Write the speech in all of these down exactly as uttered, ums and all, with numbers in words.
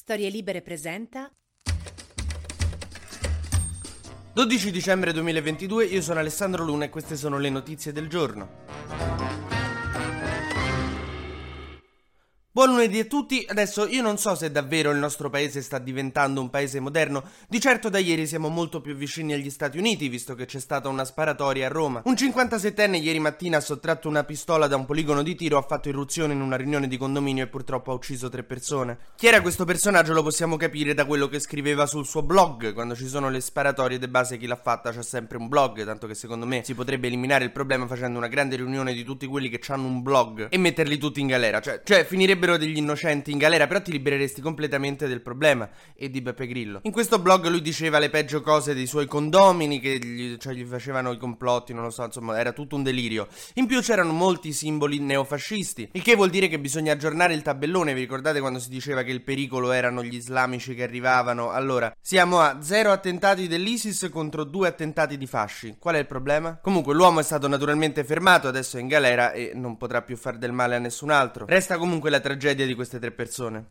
Storie Libere presenta dodici dicembre duemilaventidue, io sono Alessandro Luna e queste sono le notizie del giorno. Buon lunedì a tutti. Adesso io non so se davvero il nostro paese sta diventando un paese moderno. Di certo da ieri siamo molto più vicini agli Stati Uniti, visto che c'è stata una sparatoria a Roma. Un cinquantasettenne ieri mattina ha sottratto una pistola da un poligono di tiro, ha fatto irruzione in una riunione di condominio e purtroppo ha ucciso tre persone. Chi era questo personaggio lo possiamo capire da quello che scriveva sul suo blog. Quando ci sono le sparatorie, de base chi l'ha fatta c'ha sempre un blog, tanto che secondo me si potrebbe eliminare il problema facendo una grande riunione di tutti quelli che hanno un blog e metterli tutti in galera. Cioè, cioè finirebbe degli innocenti in galera, però ti libereresti completamente del problema e di Beppe Grillo. In questo blog lui diceva le peggio cose dei suoi condomini, che gli, cioè, gli facevano i complotti, non lo so, insomma era tutto un delirio. In più c'erano molti simboli neofascisti, il che vuol dire che bisogna aggiornare il tabellone. Vi ricordate quando si diceva che il pericolo erano gli islamici che arrivavano? Allora, siamo a zero attentati dell'ISIS contro due attentati di fasci. Qual è il problema? Comunque l'uomo è stato naturalmente fermato, adesso è in galera e non potrà più far del male a nessun altro. Resta comunque la tragedia di queste tre persone.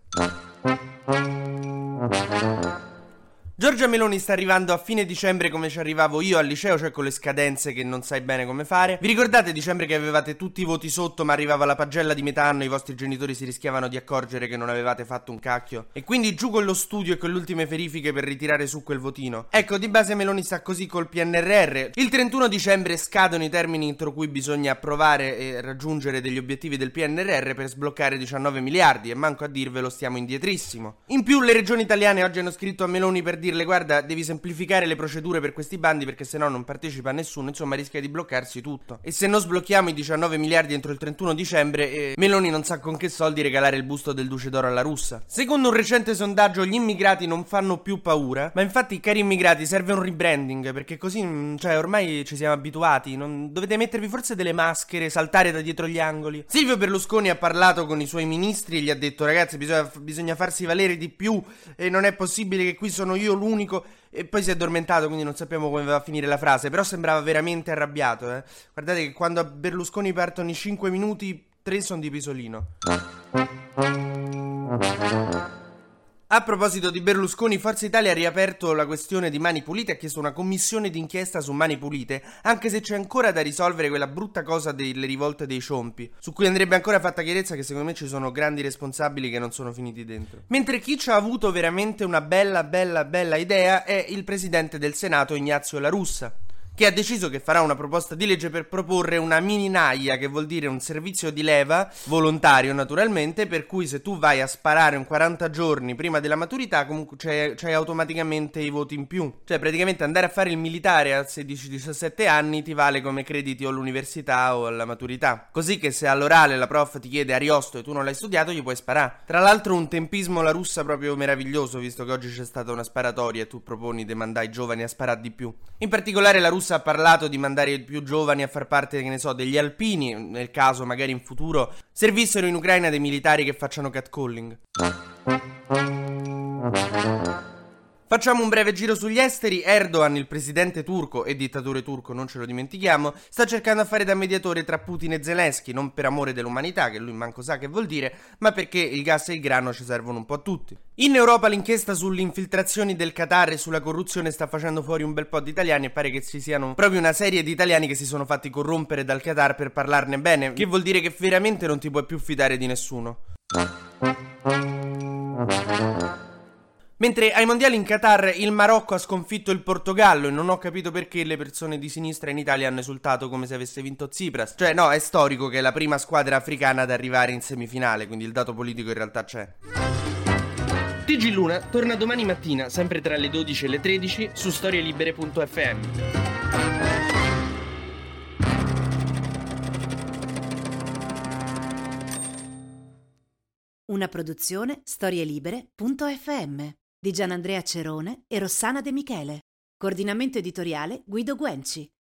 Giorgia Meloni sta arrivando a fine dicembre come ci arrivavo io al liceo, cioè con le scadenze che non sai bene come fare. Vi ricordate dicembre che avevate tutti i voti sotto ma arrivava la pagella di metà anno e i vostri genitori si rischiavano di accorgere che non avevate fatto un cacchio? E quindi giù con lo studio e con le ultime verifiche per ritirare su quel votino. Ecco, di base Meloni sta così col P N R R. Il trentuno dicembre scadono i termini entro cui bisogna approvare e raggiungere degli obiettivi del P N R R per sbloccare diciannove miliardi e manco a dirvelo stiamo indietrissimo. In più le regioni italiane oggi hanno scritto a Meloni per dirle: guarda, devi semplificare le procedure per questi bandi perché sennò non partecipa nessuno, insomma rischia di bloccarsi tutto. E se non sblocchiamo i diciannove miliardi entro il trentuno dicembre, eh, Meloni non sa con che soldi regalare il busto del Duce d'Oro alla russa. Secondo un recente sondaggio gli immigrati non fanno più paura, ma infatti cari immigrati serve un rebranding, perché così, cioè ormai ci siamo abituati, non dovete mettervi forse delle maschere, saltare da dietro gli angoli. Silvio Berlusconi ha parlato con i suoi ministri e gli ha detto: ragazzi, bisogna, bisogna farsi valere di più e non è possibile che qui sono io l'unico. E poi si è addormentato, quindi non sappiamo come va a finire la frase, però sembrava veramente arrabbiato, eh. Guardate che quando a Berlusconi partono i cinque minuti, tre sono di Pisolino. A proposito di Berlusconi, Forza Italia ha riaperto la questione di Mani Pulite e ha chiesto una commissione d'inchiesta su Mani Pulite, anche se c'è ancora da risolvere quella brutta cosa delle rivolte dei ciompi, su cui andrebbe ancora fatta chiarezza, che secondo me ci sono grandi responsabili che non sono finiti dentro. Mentre chi ci ha avuto veramente una bella bella bella idea è il presidente del Senato Ignazio La Russa, che ha deciso che farà una proposta di legge per proporre una mini naia, che vuol dire un servizio di leva, volontario naturalmente, per cui se tu vai a sparare un quaranta giorni prima della maturità comunque c'hai, c'hai automaticamente i voti in più. Cioè praticamente andare a fare il militare a sedici diciassette anni ti vale come crediti o all'università o alla maturità. Così che se all'orale la prof ti chiede Ariosto e tu non l'hai studiato gli puoi sparare. Tra l'altro un tempismo La Russa proprio meraviglioso, visto che oggi c'è stata una sparatoria e tu proponi di mandare i giovani a sparare di più. In particolare La Russa ha parlato di mandare i più giovani a far parte, che ne so, degli alpini, nel caso magari in futuro servissero in Ucraina dei militari che facciano catcalling. Facciamo un breve giro sugli esteri. Erdogan, il presidente turco e dittatore turco, non ce lo dimentichiamo, sta cercando a fare da mediatore tra Putin e Zelensky, non per amore dell'umanità, che lui manco sa che vuol dire, ma perché il gas e il grano ci servono un po' a tutti. In Europa l'inchiesta sulle infiltrazioni del Qatar e sulla corruzione sta facendo fuori un bel po' di italiani e pare che ci siano proprio una serie di italiani che si sono fatti corrompere dal Qatar per parlarne bene, che vuol dire che veramente non ti puoi più fidare di nessuno. Mentre ai mondiali in Qatar il Marocco ha sconfitto il Portogallo e non ho capito perché le persone di sinistra in Italia hanno esultato come se avesse vinto Tsipras. Cioè no, è storico che è la prima squadra africana ad arrivare in semifinale, quindi il dato politico in realtà c'è. T G Luna torna domani mattina, sempre tra le dodici e le tredici, su storielibere punto effe emme. Una produzione storielibere punto effe emme di Gianandrea Cerone e Rossana De Michele. Coordinamento editoriale Guido Guenci.